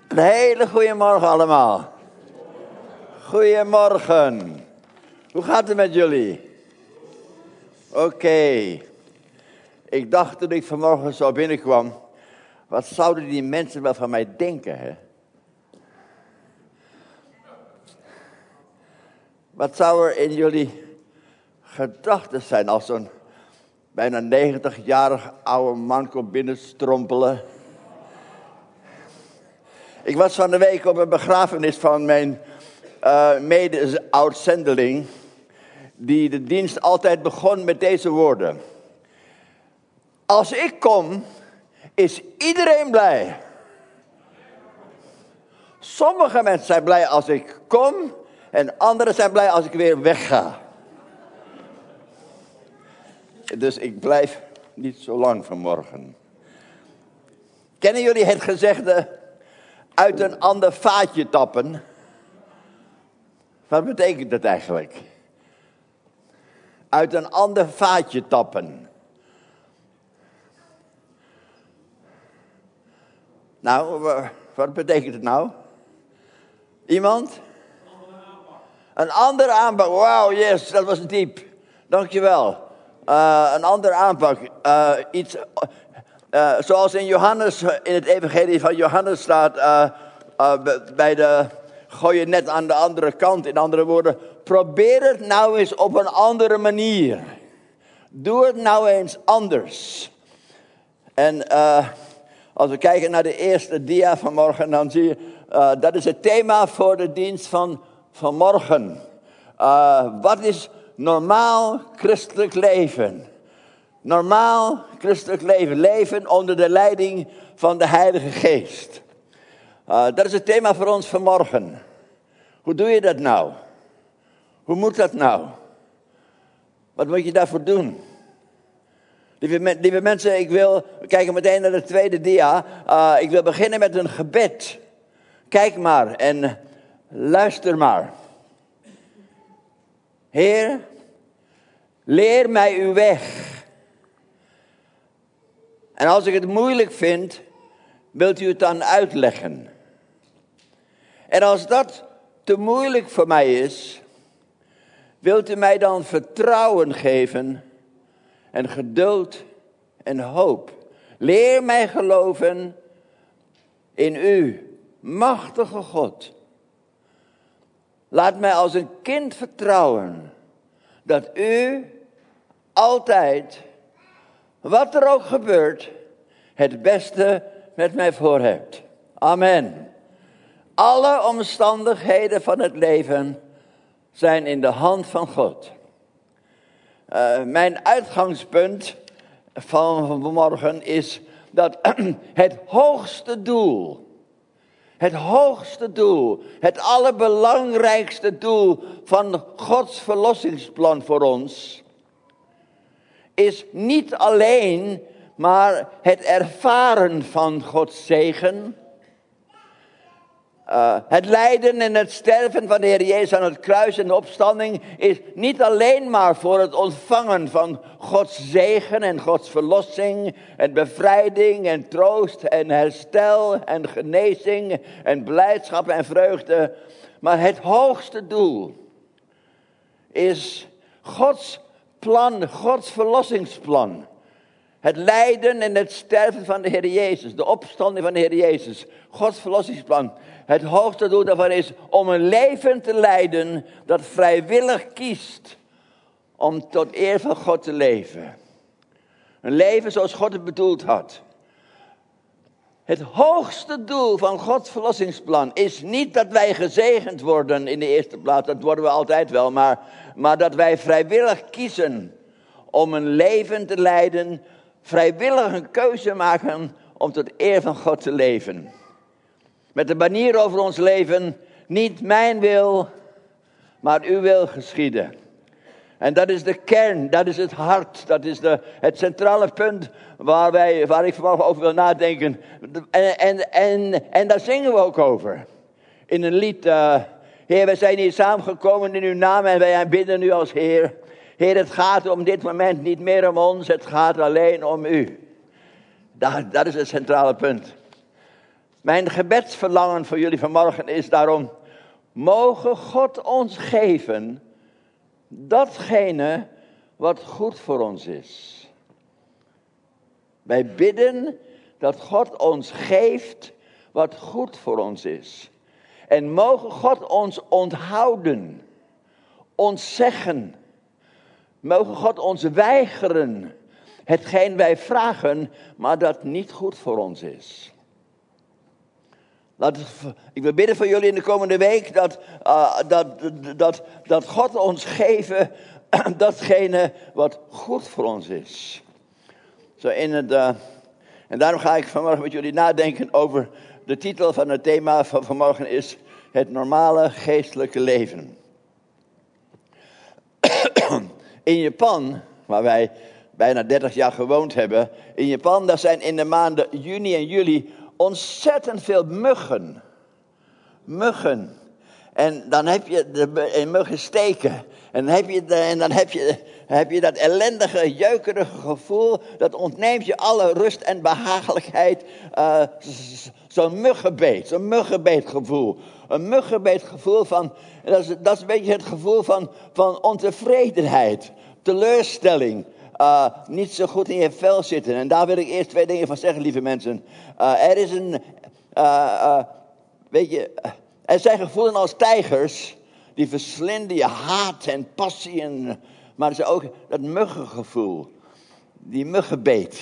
Een hele goede morgen allemaal. Goedemorgen. Hoe gaat het met jullie? Oké. Ik dacht toen ik vanmorgen zo binnenkwam, wat zouden die mensen wel van mij denken, hè? Wat zou er in jullie gedachten zijn als zo'n bijna 90-jarig oude man komt binnenstrompelen? Ik was van de week op een begrafenis van mijn mede-oud-zendeling, die de dienst altijd begon met deze woorden. Als ik kom, is iedereen blij. Sommige mensen zijn blij als ik kom en anderen zijn blij als ik weer wegga. Dus ik blijf niet zo lang vanmorgen. Kennen jullie het gezegde uit een ander vaatje tappen? Wat betekent dat eigenlijk? Uit een ander vaatje tappen. Nou, wat betekent het nou? Iemand? Een andere aanpak. Wauw, yes, dat was diep. Dankjewel. Een andere aanpak. Iets, zoals in Johannes, in het evangelie van Johannes staat, bij de gooi je net aan de andere kant. In andere woorden, probeer het nou eens op een andere manier. Doe het nou eens anders. En als we kijken naar de eerste dia van morgen, dan zie je, dat is het thema voor de dienst van vanmorgen. Wat is normaal christelijk leven? Normaal christelijk leven. Leven onder de leiding van de Heilige Geest. Dat is het thema voor ons vanmorgen. Hoe doe je dat nou? Hoe moet dat nou? Wat moet je daarvoor doen? Lieve mensen, we kijken meteen naar de tweede dia. Ik wil beginnen met een gebed. Kijk maar en luister maar. Heer, leer mij uw weg. En als ik het moeilijk vind, wilt u het dan uitleggen. En als dat te moeilijk voor mij is, wilt u mij dan vertrouwen geven en geduld en hoop. Leer mij geloven in u, machtige God. Laat mij als een kind vertrouwen dat u altijd, wat er ook gebeurt, het beste met mij voor hebt. Amen. Alle omstandigheden van het leven zijn in de hand van God. Mijn uitgangspunt van vanmorgen is dat het hoogste doel, het allerbelangrijkste doel van Gods verlossingsplan voor ons, is niet alleen maar het ervaren van Gods zegen. Het lijden en het sterven van de Heer Jezus aan het kruis en de opstanding is niet alleen maar voor het ontvangen van Gods zegen en Gods verlossing en bevrijding en troost en herstel en genezing en blijdschap en vreugde. Maar het hoogste doel is Gods plan, Gods verlossingsplan. Het lijden en het sterven van de Heer Jezus, de opstanding van de Heer Jezus, Gods verlossingsplan. Het hoogste doel daarvan is om een leven te leiden dat vrijwillig kiest om tot eer van God te leven. Een leven zoals God het bedoeld had. Het hoogste doel van Gods verlossingsplan is niet dat wij gezegend worden in de eerste plaats, dat worden we altijd wel, maar dat wij vrijwillig kiezen om een leven te leiden, vrijwillig een keuze maken om tot eer van God te leven. Met de banier over ons leven, niet mijn wil, maar uw wil geschieden. En dat is de kern, dat is het hart, dat is het centrale punt waar ik vanmorgen over wil nadenken. En daar zingen we ook over. In een lied, Heer, wij zijn hier samengekomen in uw naam en wij bidden u als Heer. Heer, het gaat om dit moment niet meer om ons, het gaat alleen om u. Dat is het centrale punt. Mijn gebedsverlangen voor jullie vanmorgen is daarom, mogen God ons geven datgene wat goed voor ons is. Wij bidden dat God ons geeft wat goed voor ons is. En mogen God ons onthouden, ons zeggen. Mogen God ons weigeren hetgeen wij vragen, maar dat niet goed voor ons is. Ik wil bidden voor jullie in de komende week dat God ons geven datgene wat goed voor ons is. En daarom ga ik vanmorgen met jullie nadenken over de titel van het thema van vanmorgen is het normale geestelijke leven. In Japan, waar wij bijna 30 jaar gewoond hebben, in Japan, daar zijn in de maanden juni en juli ontzettend veel muggen. Muggen. En dan heb je de muggen steken. En dan heb je dat ellendige, jeukerige gevoel. Dat ontneemt je alle rust en behagelijkheid. Zo'n muggenbeetgevoel. Een muggenbeetgevoel van, dat is een beetje het gevoel van ontevredenheid. Teleurstelling. Niet zo goed in je vel zitten. En daar wil ik eerst 2 dingen van zeggen, lieve mensen. Er zijn gevoelens als tijgers, die verslinden je haat en passie. Maar er is ook dat muggengevoel, die muggenbeet,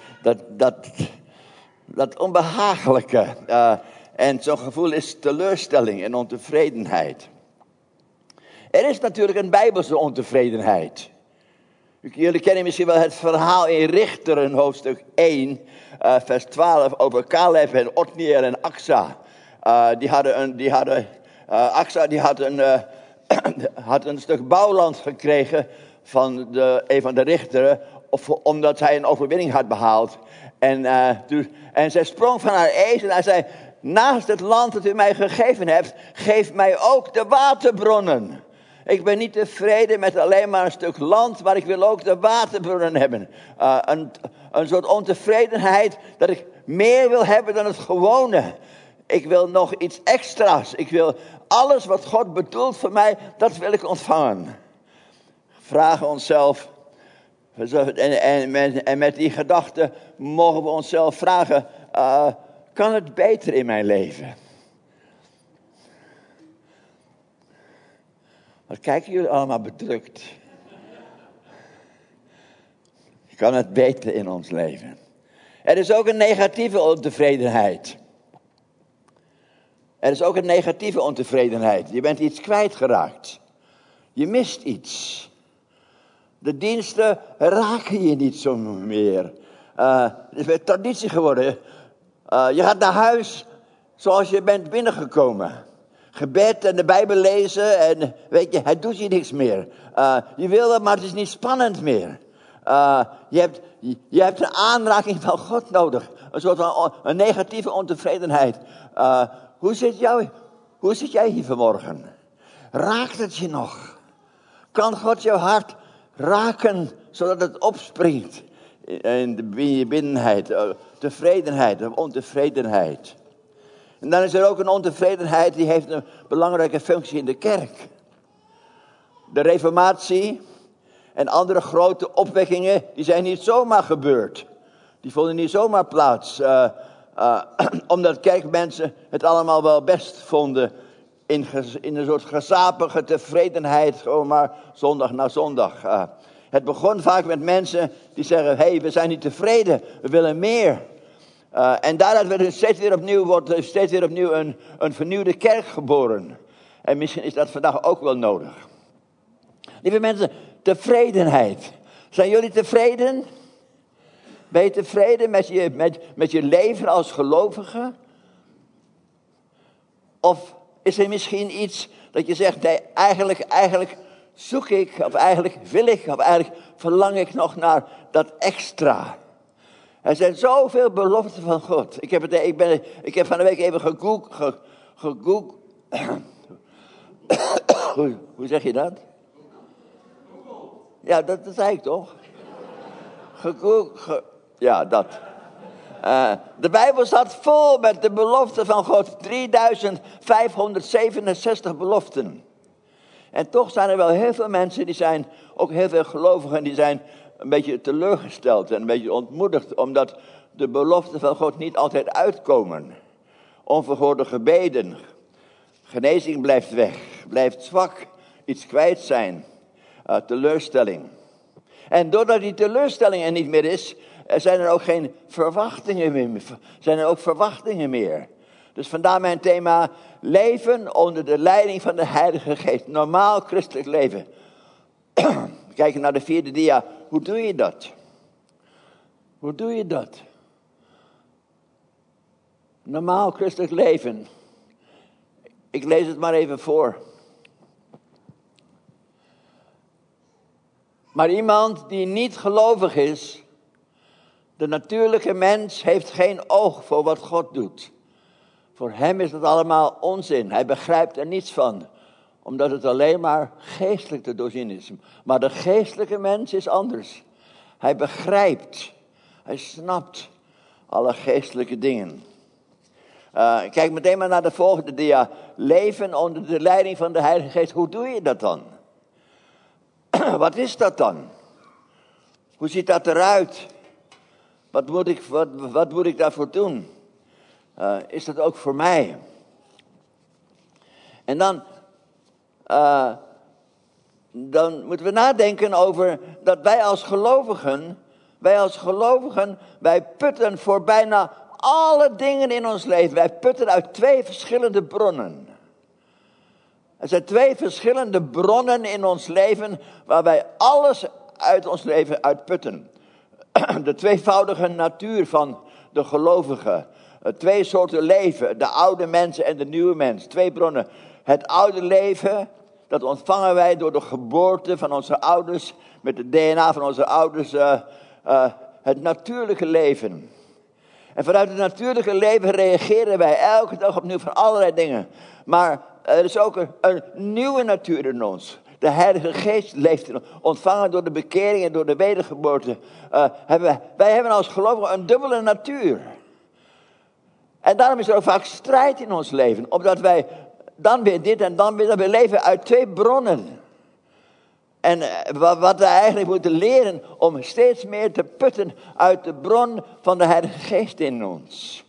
dat onbehagelijke. En zo'n gevoel is teleurstelling en ontevredenheid. Er is natuurlijk een bijbelse ontevredenheid. Jullie kennen misschien wel het verhaal in Richteren, hoofdstuk 1, vers 12, over Caleb en Otniel en Aksa. Aksa had een stuk bouwland gekregen van een van de richteren, omdat hij een overwinning had behaald. En zij sprong van haar ezel en hij zei, naast het land dat u mij gegeven hebt, geef mij ook de waterbronnen. Ik ben niet tevreden met alleen maar een stuk land, maar ik wil ook de waterbronnen hebben. Een soort ontevredenheid dat ik meer wil hebben dan het gewone. Ik wil nog iets extra's. Ik wil alles wat God bedoelt voor mij, dat wil ik ontvangen. Vragen onszelf, en met die gedachte mogen we onszelf vragen, kan het beter in mijn leven? Wat kijken jullie allemaal bedrukt? Kan het beter in ons leven? Er is ook een negatieve ontevredenheid. Er is ook een negatieve ontevredenheid. Je bent iets kwijtgeraakt. Je mist iets. De diensten raken je niet zo meer. Het is weer traditie geworden. Je gaat naar huis zoals je bent binnengekomen. Gebed en de Bijbel lezen en weet je, het doet je niks meer. Je wil het, maar het is niet spannend meer. Je hebt een aanraking van God nodig. Een soort van een negatieve ontevredenheid. Hoe zit jij hier vanmorgen? Raakt het je nog? Kan God jouw hart raken zodat het opspringt in je binnenheid, tevredenheid of ontevredenheid? En dan is er ook een ontevredenheid die heeft een belangrijke functie in de kerk. De Reformatie en andere grote opwekkingen, die zijn niet zomaar gebeurd. Die vonden niet zomaar plaats. Omdat kerkmensen het allemaal wel best vonden in een soort gezapige tevredenheid, gewoon maar zondag na zondag. Het begon vaak met mensen die zeggen, hey, we zijn niet tevreden, we willen meer. En daaruit wordt steeds weer opnieuw een vernieuwde kerk geboren. En misschien is dat vandaag ook wel nodig. Lieve mensen, tevredenheid. Zijn jullie tevreden? Ben je tevreden met je leven als gelovige? Of is er misschien iets dat je zegt, nee, eigenlijk zoek ik, of eigenlijk wil ik, of eigenlijk verlang ik nog naar dat extra. Er zijn zoveel beloften van God. Ik heb van de week even gegoogeld. Hoe zeg je dat? Ja, dat zei ik toch? Ja, dat. De Bijbel staat vol met de beloften van God. 3567 beloften. En toch zijn er wel heel veel mensen, die zijn ook heel veel gelovigen, die zijn een beetje teleurgesteld en een beetje ontmoedigd, omdat de beloften van God niet altijd uitkomen. Onverhoorde gebeden, genezing blijft weg, blijft zwak, iets kwijt zijn, teleurstelling. En doordat die teleurstelling er niet meer is, zijn er ook geen verwachtingen meer. Zijn er ook verwachtingen meer. Dus vandaar mijn thema, leven onder de leiding van de Heilige Geest. Normaal christelijk leven. We kijken naar de 4e dia. Hoe doe je dat? Hoe doe je dat? Normaal christelijk leven. Ik lees het maar even voor. Maar iemand die niet gelovig is, de natuurlijke mens heeft geen oog voor wat God doet. Voor hem is het allemaal onzin. Hij begrijpt er niets van. Omdat het alleen maar geestelijk te doorzien is. Maar de geestelijke mens is anders. Hij begrijpt. Hij snapt alle geestelijke dingen. Kijk meteen maar naar de volgende dia. Leven onder de leiding van de Heilige Geest. Hoe doe je dat dan? Wat is dat dan? Hoe ziet dat eruit? Wat moet ik daarvoor doen? Is dat ook voor mij? En dan moeten we nadenken over dat wij als gelovigen, wij putten voor bijna alle dingen in ons leven. Wij putten uit 2 verschillende bronnen. Er zijn 2 verschillende bronnen in ons leven waar wij alles uit ons leven uitputten. De tweevoudige natuur van de gelovigen. 2 soorten leven, de oude mens en de nieuwe mens. 2 bronnen. Het oude leven, dat ontvangen wij door de geboorte van onze ouders, met het DNA van onze ouders, het natuurlijke leven. En vanuit het natuurlijke leven reageren wij elke dag opnieuw van allerlei dingen. Maar er is ook een nieuwe natuur in ons. De Heilige Geest leeft in ons. Ontvangen door de bekering en door de wedergeboorte. Wij hebben als gelovigen een dubbele natuur. En daarom is er ook vaak strijd in ons leven. Omdat wij dan weer dit en dan weer dat. We leven uit 2 bronnen. En wat we eigenlijk moeten leren om steeds meer te putten uit de bron van de Heilige Geest in ons.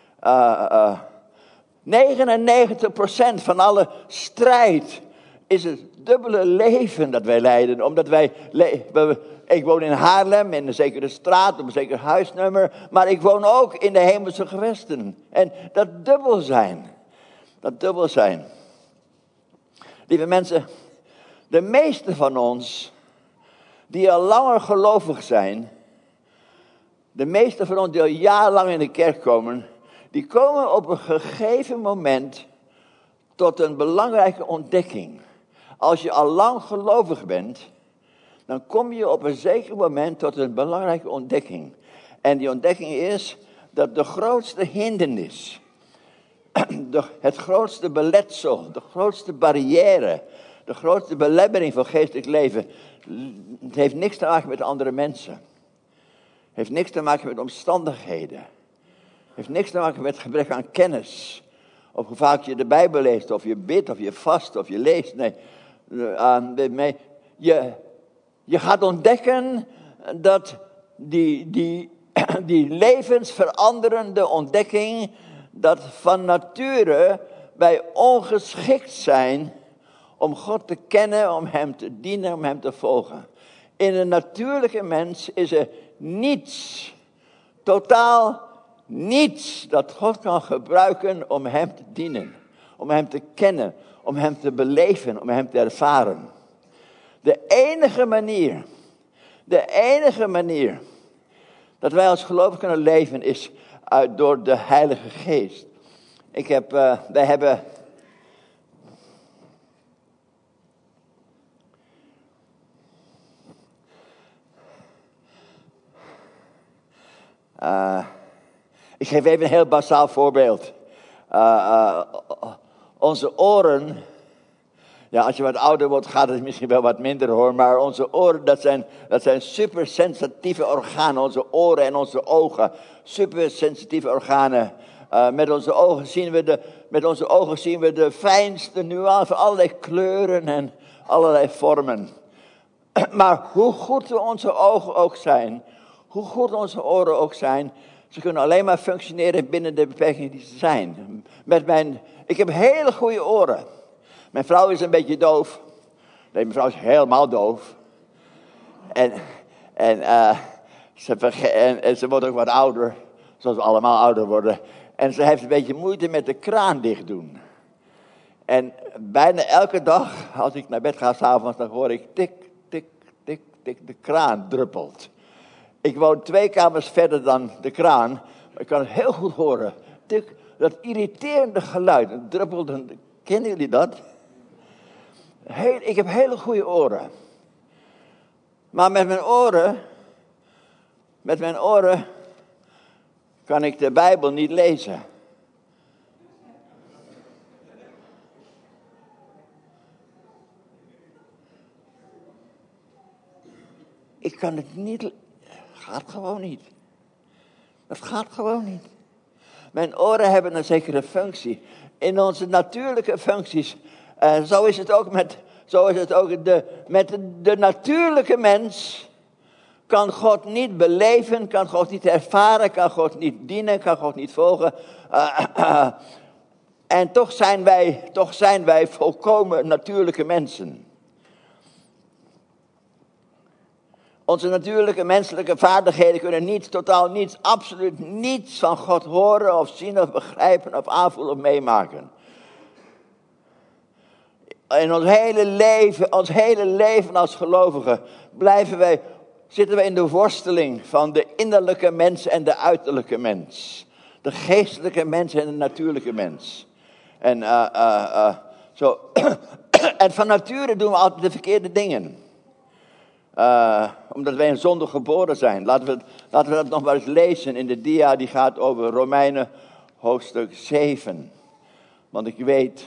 99% van alle strijd is het dubbele leven dat wij leiden. Omdat ik woon in Haarlem, in een zekere straat, op een zeker huisnummer. Maar ik woon ook in de hemelse gewesten. En dat dubbel zijn. Lieve mensen, de meeste van ons, die al langer gelovig zijn, de meeste van ons die al jarenlang in de kerk komen, die komen op een gegeven moment tot een belangrijke ontdekking. Als je al lang gelovig bent, dan kom je op een zeker moment tot een belangrijke ontdekking. En die ontdekking is dat de grootste hindernis, het grootste beletsel, de grootste barrière, de grootste belemmering van geestelijk leven, het heeft niks te maken met andere mensen. Het heeft niks te maken met omstandigheden. Het heeft niks te maken met gebrek aan kennis. Of hoe vaak je de Bijbel leest, of je bidt, of je vast, of je leest. Nee, je gaat ontdekken dat die levensveranderende ontdekking, dat van nature wij ongeschikt zijn om God te kennen, om hem te dienen, om hem te volgen. In een natuurlijke mens is er niets, totaal niets dat God kan gebruiken om hem te dienen. Om hem te kennen, om hem te beleven, om hem te ervaren. De enige manier dat wij als gelovigen kunnen leven is door de Heilige Geest. Wij hebben ik geef even een heel basaal voorbeeld. Onze oren, Ja, als je wat ouder wordt, gaat het misschien wel wat minder hoor. Maar onze oren, dat zijn supersensitieve organen. Onze oren en onze ogen. Supersensitieve organen. Met onze ogen zien we de fijnste nuance. Allerlei kleuren en allerlei vormen. Maar hoe goed onze ogen ook zijn. Hoe goed onze oren ook zijn. Ze kunnen alleen maar functioneren binnen de beperkingen die ze zijn. Ik heb hele goede oren. Mijn vrouw is een beetje doof. Nee, mijn vrouw is helemaal doof. En ze wordt ook wat ouder. Zoals we allemaal ouder worden. En ze heeft een beetje moeite met de kraan dicht doen. En bijna elke dag, als ik naar bed ga s'avonds, dan hoor ik tik, tik, tik, tik, de kraan druppelt. Ik woon 2 kamers verder dan de kraan. Maar ik kan het heel goed horen. Tik, dat irriterende geluid. Het druppelt. Kennen jullie dat? Ik heb hele goede oren. Maar met mijn oren kan ik de Bijbel niet lezen. Ik kan het niet. Gaat gewoon niet. Dat gaat gewoon niet. Mijn oren hebben een zekere functie. In onze natuurlijke functies. Zo is het ook met de natuurlijke mens. Kan God niet beleven, kan God niet ervaren, kan God niet dienen, kan God niet volgen. En toch zijn wij volkomen natuurlijke mensen. Onze natuurlijke menselijke vaardigheden kunnen niets, totaal niets, absoluut niets van God horen of zien of begrijpen of aanvoelen of meemaken. In ons hele leven als gelovigen zitten we in de worsteling van de innerlijke mens en de uiterlijke mens. De geestelijke mens en de natuurlijke mens. En van nature doen we altijd de verkeerde dingen. Omdat wij in zonde geboren zijn. Laten we dat nog maar eens lezen in de dia die gaat over Romeinen hoofdstuk 7. Want ik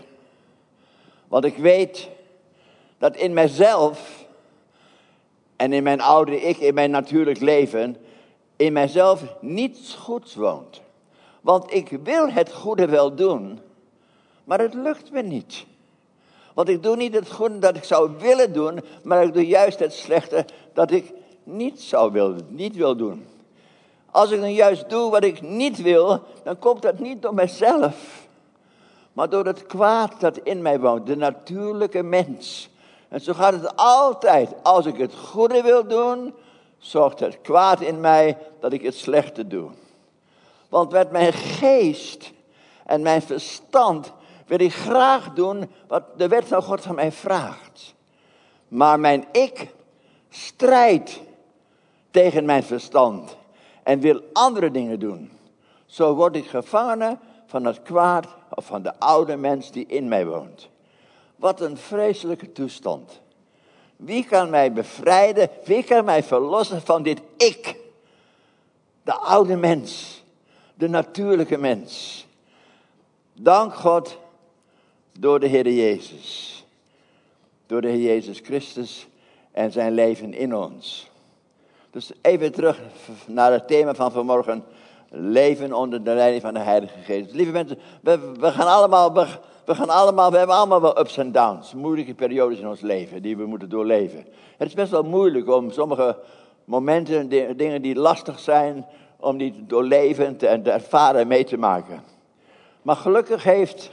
weet dat in mijzelf en in mijn oude ik, in mijn natuurlijk leven, in mijzelf niets goeds woont. Want ik wil het goede wel doen, maar het lukt me niet. Want ik doe niet het goede dat ik zou willen doen, maar ik doe juist het slechte dat ik niet wil doen. Als ik dan juist doe wat ik niet wil, dan komt dat niet door mezelf, maar door het kwaad dat in mij woont, de natuurlijke mens. En zo gaat het altijd. Als ik het goede wil doen, zorgt het kwaad in mij dat ik het slechte doe. Want met mijn geest en mijn verstand wil ik graag doen wat de wet van God van mij vraagt. Maar mijn ik strijdt tegen mijn verstand en wil andere dingen doen. Zo word ik gevangene van het kwaad of van de oude mens die in mij woont. Wat een vreselijke toestand. Wie kan mij bevrijden? Wie kan mij verlossen van dit ik? De oude mens. De natuurlijke mens. Dank God door de Heer Jezus. Door de Heer Jezus Christus en zijn leven in ons. Dus even terug naar het thema van vanmorgen. Leven onder de leiding van de Heilige Geest. Lieve mensen, we hebben allemaal wel ups en downs. Moeilijke periodes in ons leven die we moeten doorleven. Het is best wel moeilijk om sommige momenten, dingen die lastig zijn, om die te doorleven en te ervaren en mee te maken. Maar gelukkig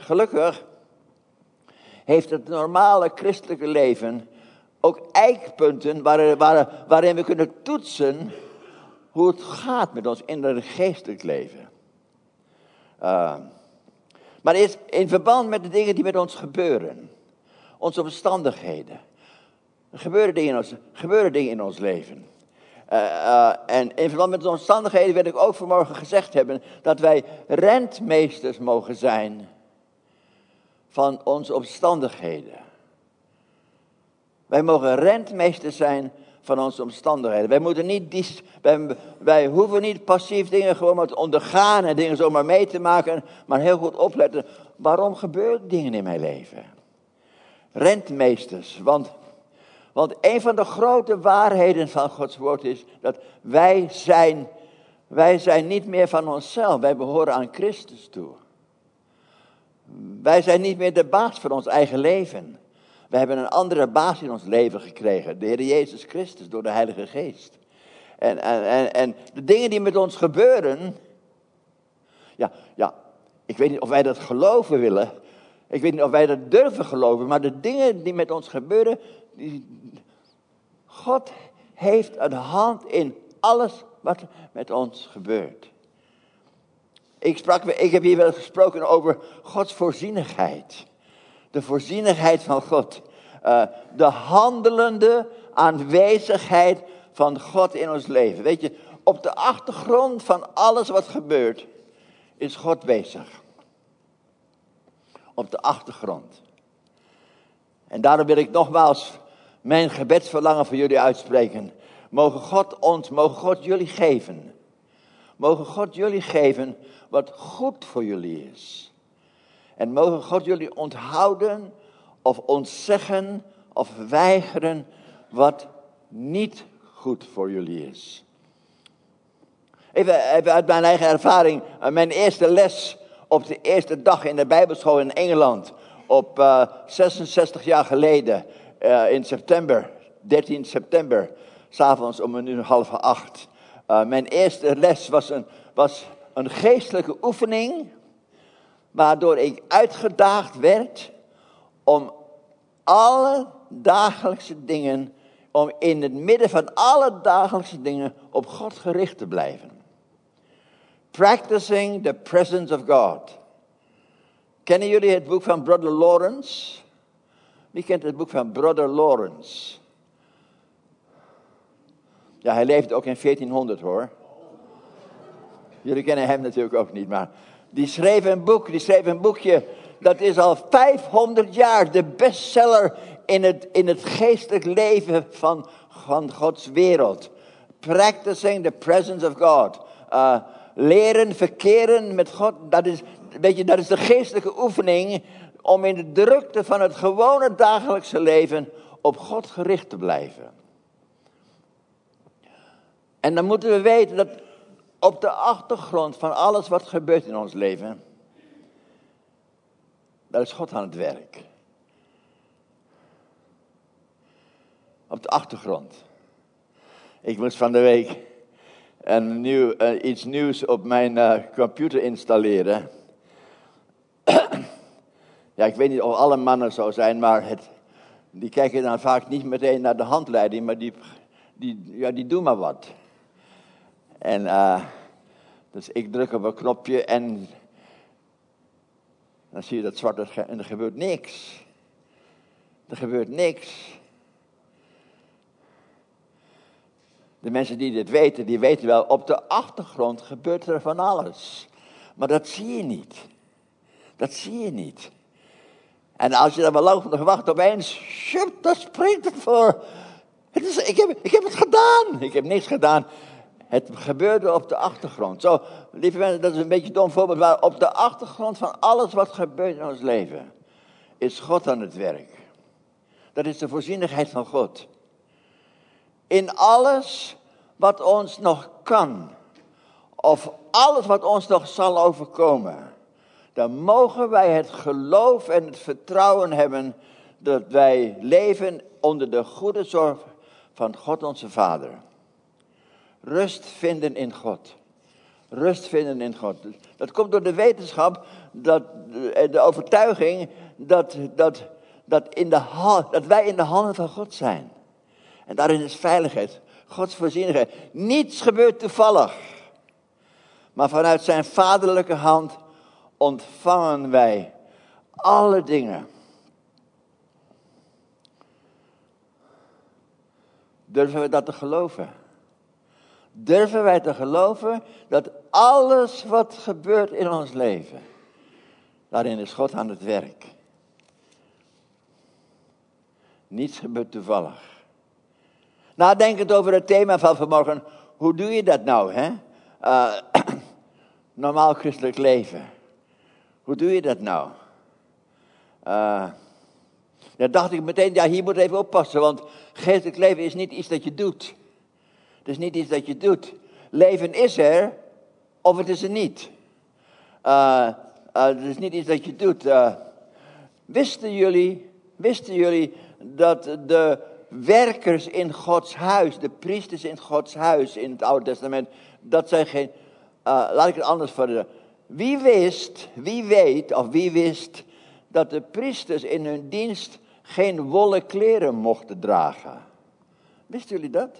heeft het normale christelijke leven ook eikpunten waarin we kunnen toetsen hoe het gaat met ons innerlijk geestelijk leven. Maar eerst in verband met de dingen die met ons gebeuren. Onze omstandigheden. Er gebeuren dingen in ons leven. En in verband met de omstandigheden wil ik ook vanmorgen gezegd hebben dat wij rentmeesters mogen zijn van onze omstandigheden. Wij mogen rentmeesters zijn van onze omstandigheden. Wij hoeven niet passief dingen gewoon te ondergaan en dingen zomaar mee te maken, maar heel goed opletten. Waarom gebeuren dingen in mijn leven? rentmeesters. Want een van de grote waarheden van Gods woord is dat wij zijn niet meer van onszelf. Wij behoren aan Christus toe. Wij zijn niet meer de baas van ons eigen leven. We hebben een andere baas in ons leven gekregen. De Heer Jezus Christus door de Heilige Geest. En de dingen die met ons gebeuren. Ja, ik weet niet of wij dat geloven willen. Ik weet niet of wij dat durven geloven. Maar de dingen die met ons gebeuren. God heeft een hand in alles wat met ons gebeurt. Ik heb hier wel gesproken over Gods voorzienigheid. De voorzienigheid van God. De handelende aanwezigheid van God in ons leven. Weet je, op de achtergrond van alles wat gebeurt, is God bezig. Op de achtergrond. En daarom wil ik nogmaals mijn gebedsverlangen voor jullie uitspreken. Mogen God jullie geven. Mogen God jullie geven wat goed voor jullie is. En mogen God jullie onthouden of ontzeggen of weigeren wat niet goed voor jullie is. Even uit mijn eigen ervaring. Mijn eerste les op de eerste dag in de Bijbelschool in Engeland. Op 66 jaar geleden. In september. 13 september. 's Avonds om 7:30. Mijn eerste les was een geestelijke oefening. Waardoor ik uitgedaagd werd om alle dagelijkse dingen, om in het midden van alle dagelijkse dingen op God gericht te blijven. Practicing the presence of God. Kennen jullie het boek van Brother Lawrence? Wie kent het boek van Brother Lawrence? Ja, hij leefde ook in 1400 hoor. Jullie kennen hem natuurlijk ook niet, maar die schreef een boekje, dat is al 500 jaar de bestseller in het geestelijk leven van Gods wereld. Practicing the presence of God. Leren verkeren met God, dat is de geestelijke oefening om in de drukte van het gewone dagelijkse leven op God gericht te blijven. En dan moeten we weten dat op de achtergrond van alles wat gebeurt in ons leven, daar is God aan het werk. Op de achtergrond. Ik moest van de week iets nieuws op mijn computer installeren. Ja, ik weet niet of alle mannen zo zijn, maar die kijken dan vaak niet meteen naar de handleiding, maar die doen maar wat. En dus ik druk op een knopje en dan zie je dat zwarte en er gebeurt niks. Er gebeurt niks. De mensen die dit weten, die weten wel, op de achtergrond gebeurt er van alles. Maar dat zie je niet. Dat zie je niet. En als je dan wel lang genoeg wacht, opeens, daar springt het voor. Ik heb het gedaan. Ik heb niks gedaan. Het gebeurde op de achtergrond. Zo, lieve mensen, dat is een beetje een dom voorbeeld, maar op de achtergrond van alles wat gebeurt in ons leven, is God aan het werk. Dat is de voorzienigheid van God. In alles wat ons nog kan, of alles wat ons nog zal overkomen, dan mogen wij het geloof en het vertrouwen hebben dat wij leven onder de goede zorg van God onze Vader. Rust vinden in God. Rust vinden in God. Dat komt door de wetenschap, de overtuiging dat wij in de handen van God zijn. En daarin is veiligheid, Gods voorzienigheid. Niets gebeurt toevallig. Maar vanuit zijn vaderlijke hand ontvangen wij alle dingen. Durven we dat te geloven? Durven wij te geloven dat alles wat gebeurt in ons leven, daarin is God aan het werk. Niets gebeurt toevallig. Nadenkend over het thema van vanmorgen, hoe doe je dat nou, hè? Normaal christelijk leven. Hoe doe je dat nou? Dan dacht ik meteen, ja, hier moet je even oppassen, want geestelijk leven is niet iets dat je doet. Het is niet iets dat je doet. Leven is er, of het is er niet. Het is niet iets dat je doet. Wisten jullie dat de werkers in Gods huis, de priesters in Gods huis in het Oude Testament, dat zijn geen, laat ik het anders vertellen. Wie wist dat de priesters in hun dienst geen wollen kleren mochten dragen? Wisten jullie dat?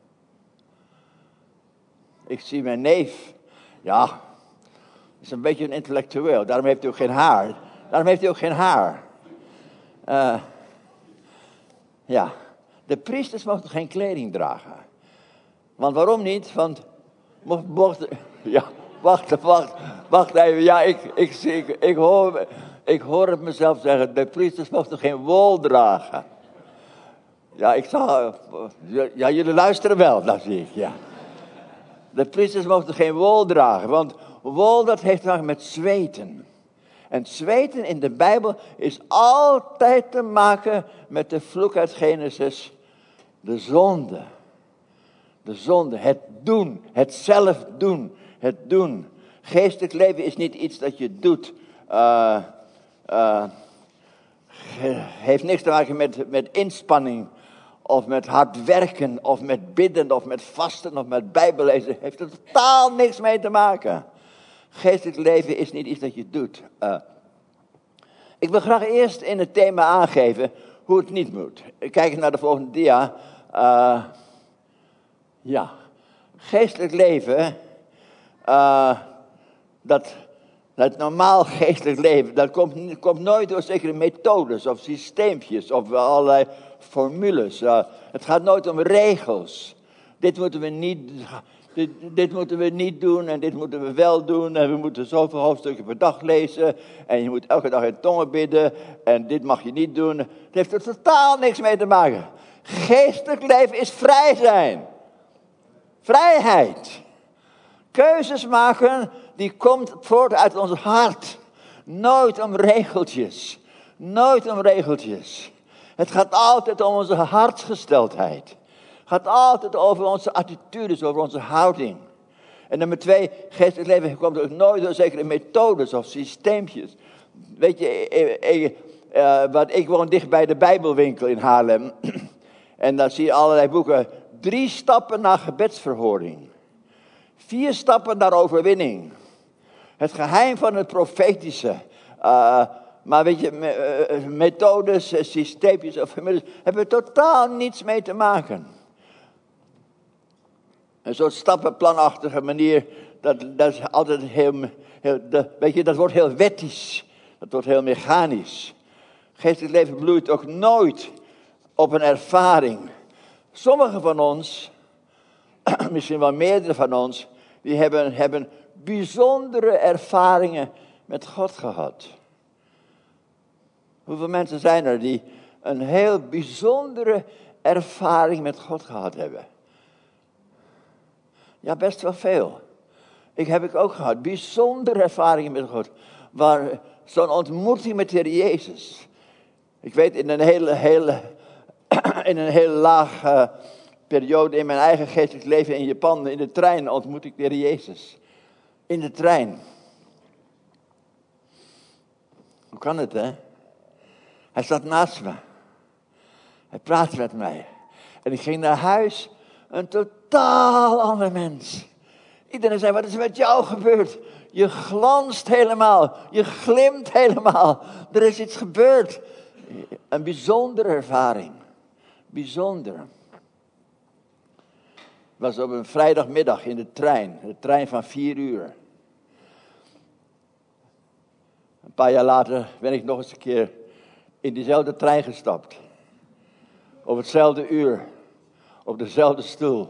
Ik zie mijn neef. Ja, is een beetje een intellectueel. Daarom heeft hij ook geen haar. Ja, de priesters mochten geen kleding dragen. Want waarom niet? Want ja, wacht even. Ja, ik hoor het mezelf zeggen. De priesters mochten geen wol dragen. Ja, jullie luisteren wel, dat zie ik, ja. De priesters mochten geen wol dragen, want wol dat heeft te maken met zweten. En zweten in de Bijbel is altijd te maken met de vloek uit Genesis. De zonde. De zonde, het doen, het zelf doen, het doen. Geestelijk leven is niet iets dat je doet. Heeft niks te maken met inspanning. Of met hard werken, of met bidden, of met vasten, of met bijbellezen. Heeft er totaal niks mee te maken. Geestelijk leven is niet iets dat je doet. Ik wil graag eerst in het thema aangeven hoe het niet moet. Kijk naar de volgende dia. Ja, geestelijk leven, dat normaal geestelijk leven, dat komt nooit door zekere methodes of systeempjes of allerlei formules. Het gaat nooit om regels. Dit moeten we niet doen en dit moeten we wel doen. En we moeten zoveel hoofdstukken per dag lezen. En je moet elke dag in tongen bidden. En dit mag je niet doen. Het heeft er totaal niks mee te maken. Geestelijk leven is vrij zijn. Vrijheid. Keuzes maken, die komt voort uit ons hart. Nooit om regeltjes. Nooit om regeltjes. Het gaat altijd om onze hartsgesteldheid. Het gaat altijd over onze attitudes, over onze houding. En nummer 2, geestelijk leven komt ook nooit door zekere methodes of systeempjes. Weet je, ik woon dicht bij de Bijbelwinkel in Haarlem. En daar zie je allerlei boeken. 3 stappen naar gebedsverhoring. 4 stappen naar overwinning. Het geheim van het profetische. Maar weet je, methodes, systeempjes of formules hebben totaal niets mee te maken. Een soort stappenplanachtige manier, dat is altijd weet je, dat wordt heel wettisch. Dat wordt heel mechanisch. Geestelijk leven bloeit ook nooit op een ervaring. Sommigen van ons, misschien wel meerdere van ons, die hebben bijzondere ervaringen met God gehad. Hoeveel mensen zijn er die een heel bijzondere ervaring met God gehad hebben? Ja, best wel veel. Heb ik ook gehad. Bijzondere ervaringen met God. Waar zo'n ontmoeting met de Heer Jezus. Ik weet in een hele laag periode in mijn eigen geestelijk leven in Japan, in de trein ontmoet ik de Heer Jezus. In de trein. Hoe kan het, hè? Hij zat naast me. Hij praatte met mij. En ik ging naar huis, een totaal ander mens. Iedereen zei, wat is er met jou gebeurd? Je glanst helemaal, je glimt helemaal. Er is iets gebeurd. Een bijzondere ervaring. Bijzonder. Ik was op een vrijdagmiddag in de trein van 4 uur. Een paar jaar later ben ik nog eens een keer in diezelfde trein gestapt. Op hetzelfde uur. Op dezelfde stoel.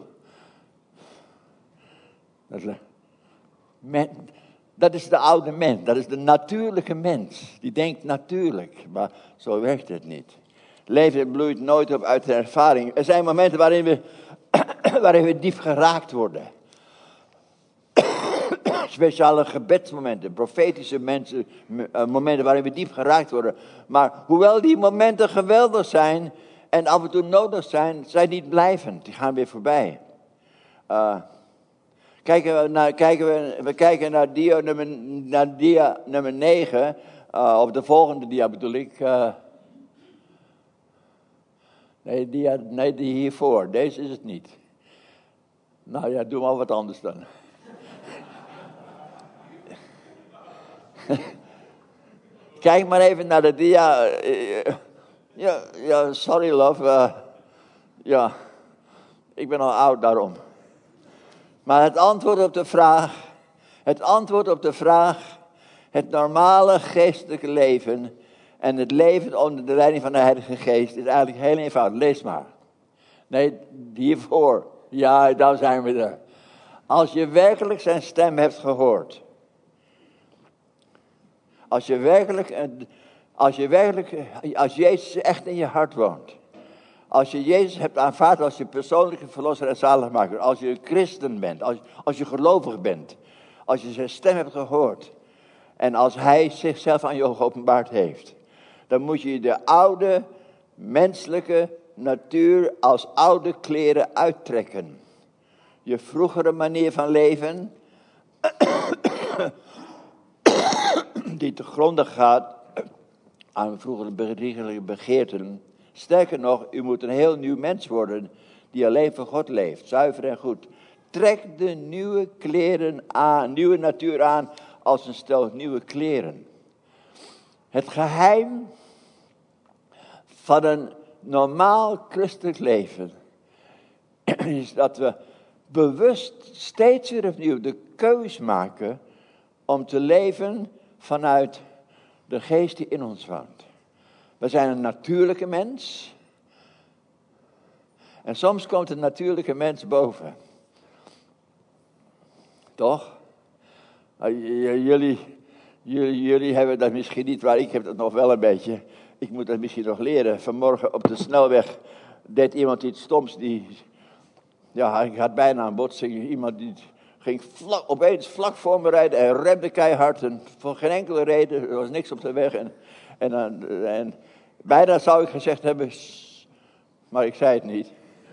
Dat is de oude mens. Dat is de natuurlijke mens. Die denkt natuurlijk. Maar zo werkt het niet. Leven bloeit nooit op uit de ervaring. Er zijn momenten waarin we diep geraakt worden. speciale gebedsmomenten, profetische momenten waarin we diep geraakt worden. Maar hoewel die momenten geweldig zijn en af en toe nodig zijn, zijn niet blijvend. Die gaan weer voorbij. We kijken naar dia nummer 9, of de volgende dia bedoel ik. Nee, die hiervoor. Deze is het niet. Nou ja, doe maar wat anders dan. Kijk maar even naar de dia. Ja, sorry love. Ik ben al oud daarom. Maar het antwoord op de vraag, het normale geestelijke leven en het leven onder de leiding van de Heilige Geest is eigenlijk heel eenvoudig. Lees maar. Nee, hiervoor. Ja, daar zijn we er. Als je werkelijk zijn stem hebt gehoord. Als Jezus echt in je hart woont. Als je Jezus hebt aanvaard als je persoonlijke verlosser en zaligmaker. Als je een christen bent. Als je gelovig bent. Als je zijn stem hebt gehoord. En als hij zichzelf aan je geopenbaard heeft. Dan moet je de oude menselijke natuur als oude kleren uittrekken. Je vroegere manier van leven. Die te gronde gaat aan vroegere bedriegelijke begeerten. Sterker nog, u moet een heel nieuw mens worden die alleen voor God leeft, zuiver en goed. Trek de nieuwe kleren aan, nieuwe natuur aan als een stel nieuwe kleren. Het geheim van een normaal christelijk leven is dat we bewust steeds weer opnieuw de keus maken om te leven vanuit de geest die in ons woont. We zijn een natuurlijke mens. En soms komt een natuurlijke mens boven. Toch? Jullie hebben dat misschien niet, maar ik heb dat nog wel een beetje. Ik moet dat misschien nog leren. Vanmorgen op de snelweg deed iemand iets stoms. Hij had bijna een botsing. Iemand die ging opeens vlak voor me rijden en remde keihard. En voor geen enkele reden, er was niks op de weg. En bijna zou ik gezegd hebben, maar ik zei het niet.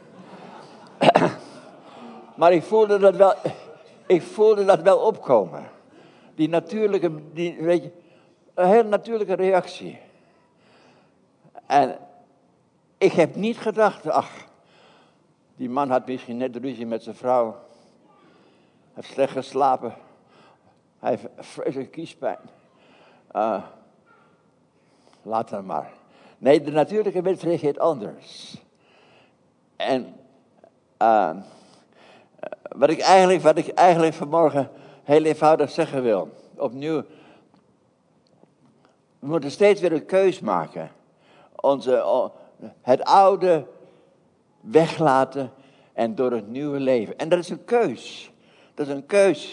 Maar ik voelde dat wel opkomen. Die natuurlijke, weet je, een hele natuurlijke reactie. En ik heb niet gedacht, die man had misschien net ruzie met zijn vrouw. Hij heeft slecht geslapen. Hij heeft vreselijke kiespijn. Laat hem maar. Nee, de natuurlijke mens reageert anders. En wat ik eigenlijk vanmorgen heel eenvoudig zeggen wil. Opnieuw. We moeten steeds weer een keus maken. Het oude weglaten en door het nieuwe leven. En dat is een keus. Dat is een keus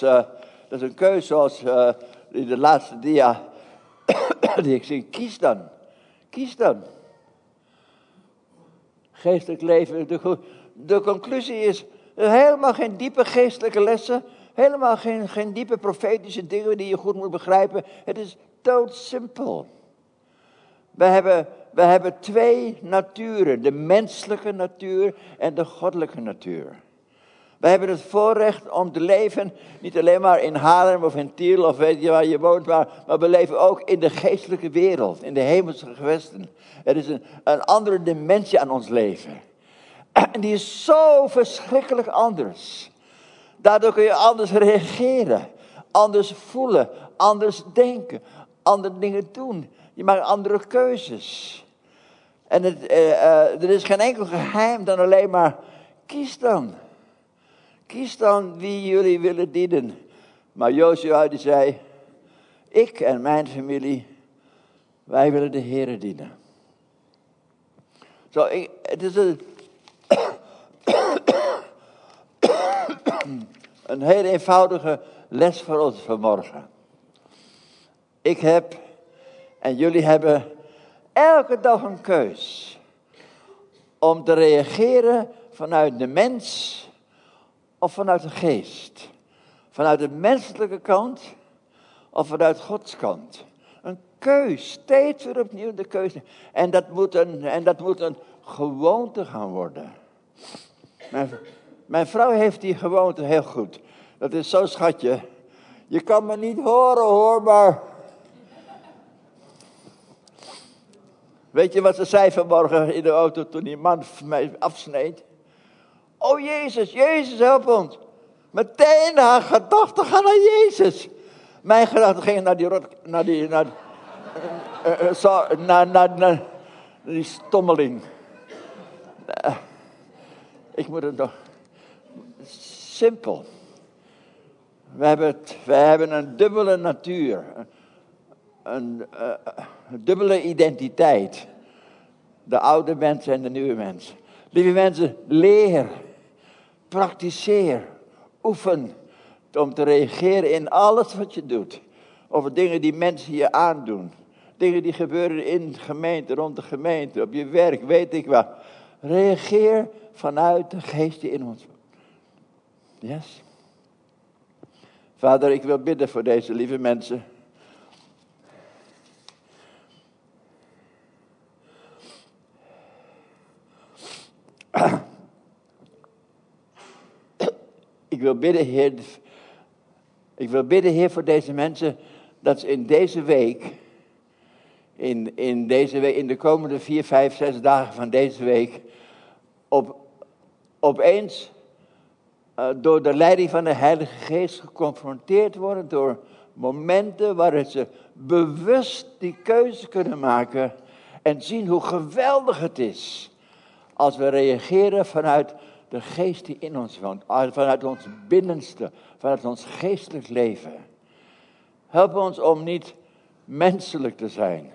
zoals in de laatste dia die ik zie. Kies dan. Geestelijk leven. De conclusie is helemaal geen diepe geestelijke lessen. Helemaal geen diepe profetische dingen die je goed moet begrijpen. Het is doodsimpel. We hebben twee naturen. De menselijke natuur en de goddelijke natuur. We hebben het voorrecht om te leven, niet alleen maar in Haarlem of in Tiel of weet je waar je woont, maar we leven ook in de geestelijke wereld, in de hemelse gewesten. Er is een andere dimensie aan ons leven. En die is zo verschrikkelijk anders. Daardoor kun je anders reageren, anders voelen, anders denken, andere dingen doen. Je maakt andere keuzes. En er is geen enkel geheim dan alleen maar, kies dan. Kies dan wie jullie willen dienen. Maar Jozua die zei, ik en mijn familie, wij willen de Heere dienen. Het is een heel eenvoudige les voor ons vanmorgen. Ik heb en jullie hebben elke dag een keus om te reageren vanuit de mens of vanuit de geest. Vanuit de menselijke kant of vanuit Gods kant. Een keus, steeds weer opnieuw de keuze. En dat moet een gewoonte gaan worden. Mijn vrouw heeft die gewoonte heel goed. Dat is zo schatje. Je kan me niet horen hoor, maar... Weet je wat ze zei vanmorgen in de auto toen die man mij afsneed? Oh Jezus, Jezus help ons. Meteen haar gedachten gaan naar Jezus. Mijn gedachten gingen naar die stommeling. Ik moet het nog... Simpel. We hebben een dubbele natuur. Een dubbele identiteit. De oude mens en de nieuwe mens. Lieve mensen, leer. Praktiseer. Oefen. Om te reageren in alles wat je doet. Over dingen die mensen je aandoen. Dingen die gebeuren in de gemeente, rond de gemeente, op je werk, weet ik wat. Reageer vanuit de geest die in ons woont. Yes. Vader, ik wil bidden voor deze lieve mensen. Ik wil bidden, Heer, voor deze mensen, dat ze in deze week, in de komende 4, 5, 6 dagen van deze week, opeens door de leiding van de Heilige Geest geconfronteerd worden door momenten waarin ze bewust die keuze kunnen maken en zien hoe geweldig het is als we reageren vanuit de geest die in ons woont, vanuit ons binnenste, vanuit ons geestelijk leven. Help ons om niet menselijk te zijn.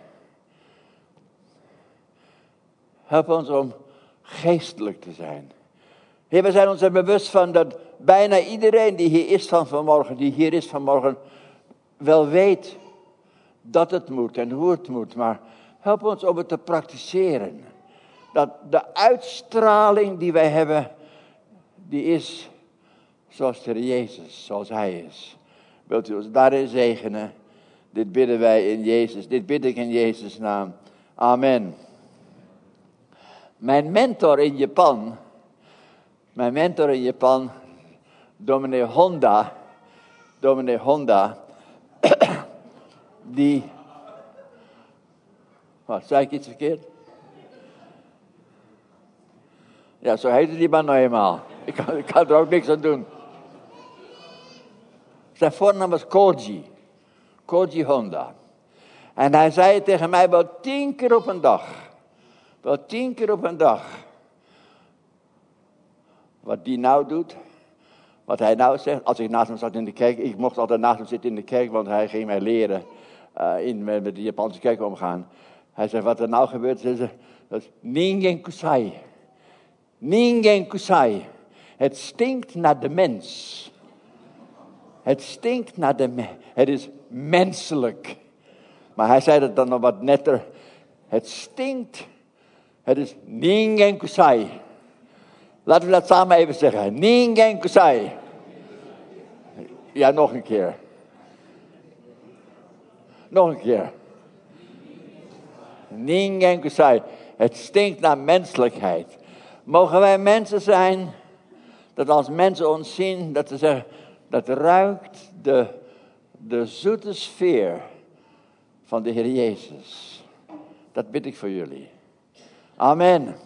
Help ons om geestelijk te zijn. Heer, we zijn ons er bewust van dat bijna iedereen die hier is vanmorgen, wel weet dat het moet en hoe het moet. Maar help ons om het te praktiseren. Dat de uitstraling die wij hebben, die is zoals de Heer Jezus, zoals Hij is. Wilt u ons daarin zegenen? Dit bidden wij in Jezus, dit bid ik in Jezus' naam. Amen. Mijn mentor in Japan, dominee Honda, die... Wat, zei ik iets verkeerd? Ja, zo heette die man nou eenmaal. Ik kan er ook niks aan doen. Zijn voornaam was Koji Honda. En hij zei tegen mij wel 10 keer op een dag. Wel 10 keer op een dag. Wat die nou doet. Wat hij nou zegt. Als ik naast hem zat in de kerk. Ik mocht altijd naast hem zitten in de kerk. Want hij ging mij leren. Met de Japanse kerk omgaan. Hij zei wat er nou gebeurt. Dat is Ningen Kusai. Ningen Kusai. Het stinkt naar de mens. Het stinkt naar de mens. Het is menselijk. Maar hij zei het dan nog wat netter. Het stinkt. Het is Ningen Kusai. Laten we dat samen even zeggen. Ningen Kusai. Ja, nog een keer. Nog een keer. Ningen Kusai. Het stinkt naar menselijkheid. Mogen wij mensen zijn, dat als mensen ons zien, dat ze zeggen, dat ruikt de zoete sfeer van de Heer Jezus. Dat bid ik voor jullie. Amen.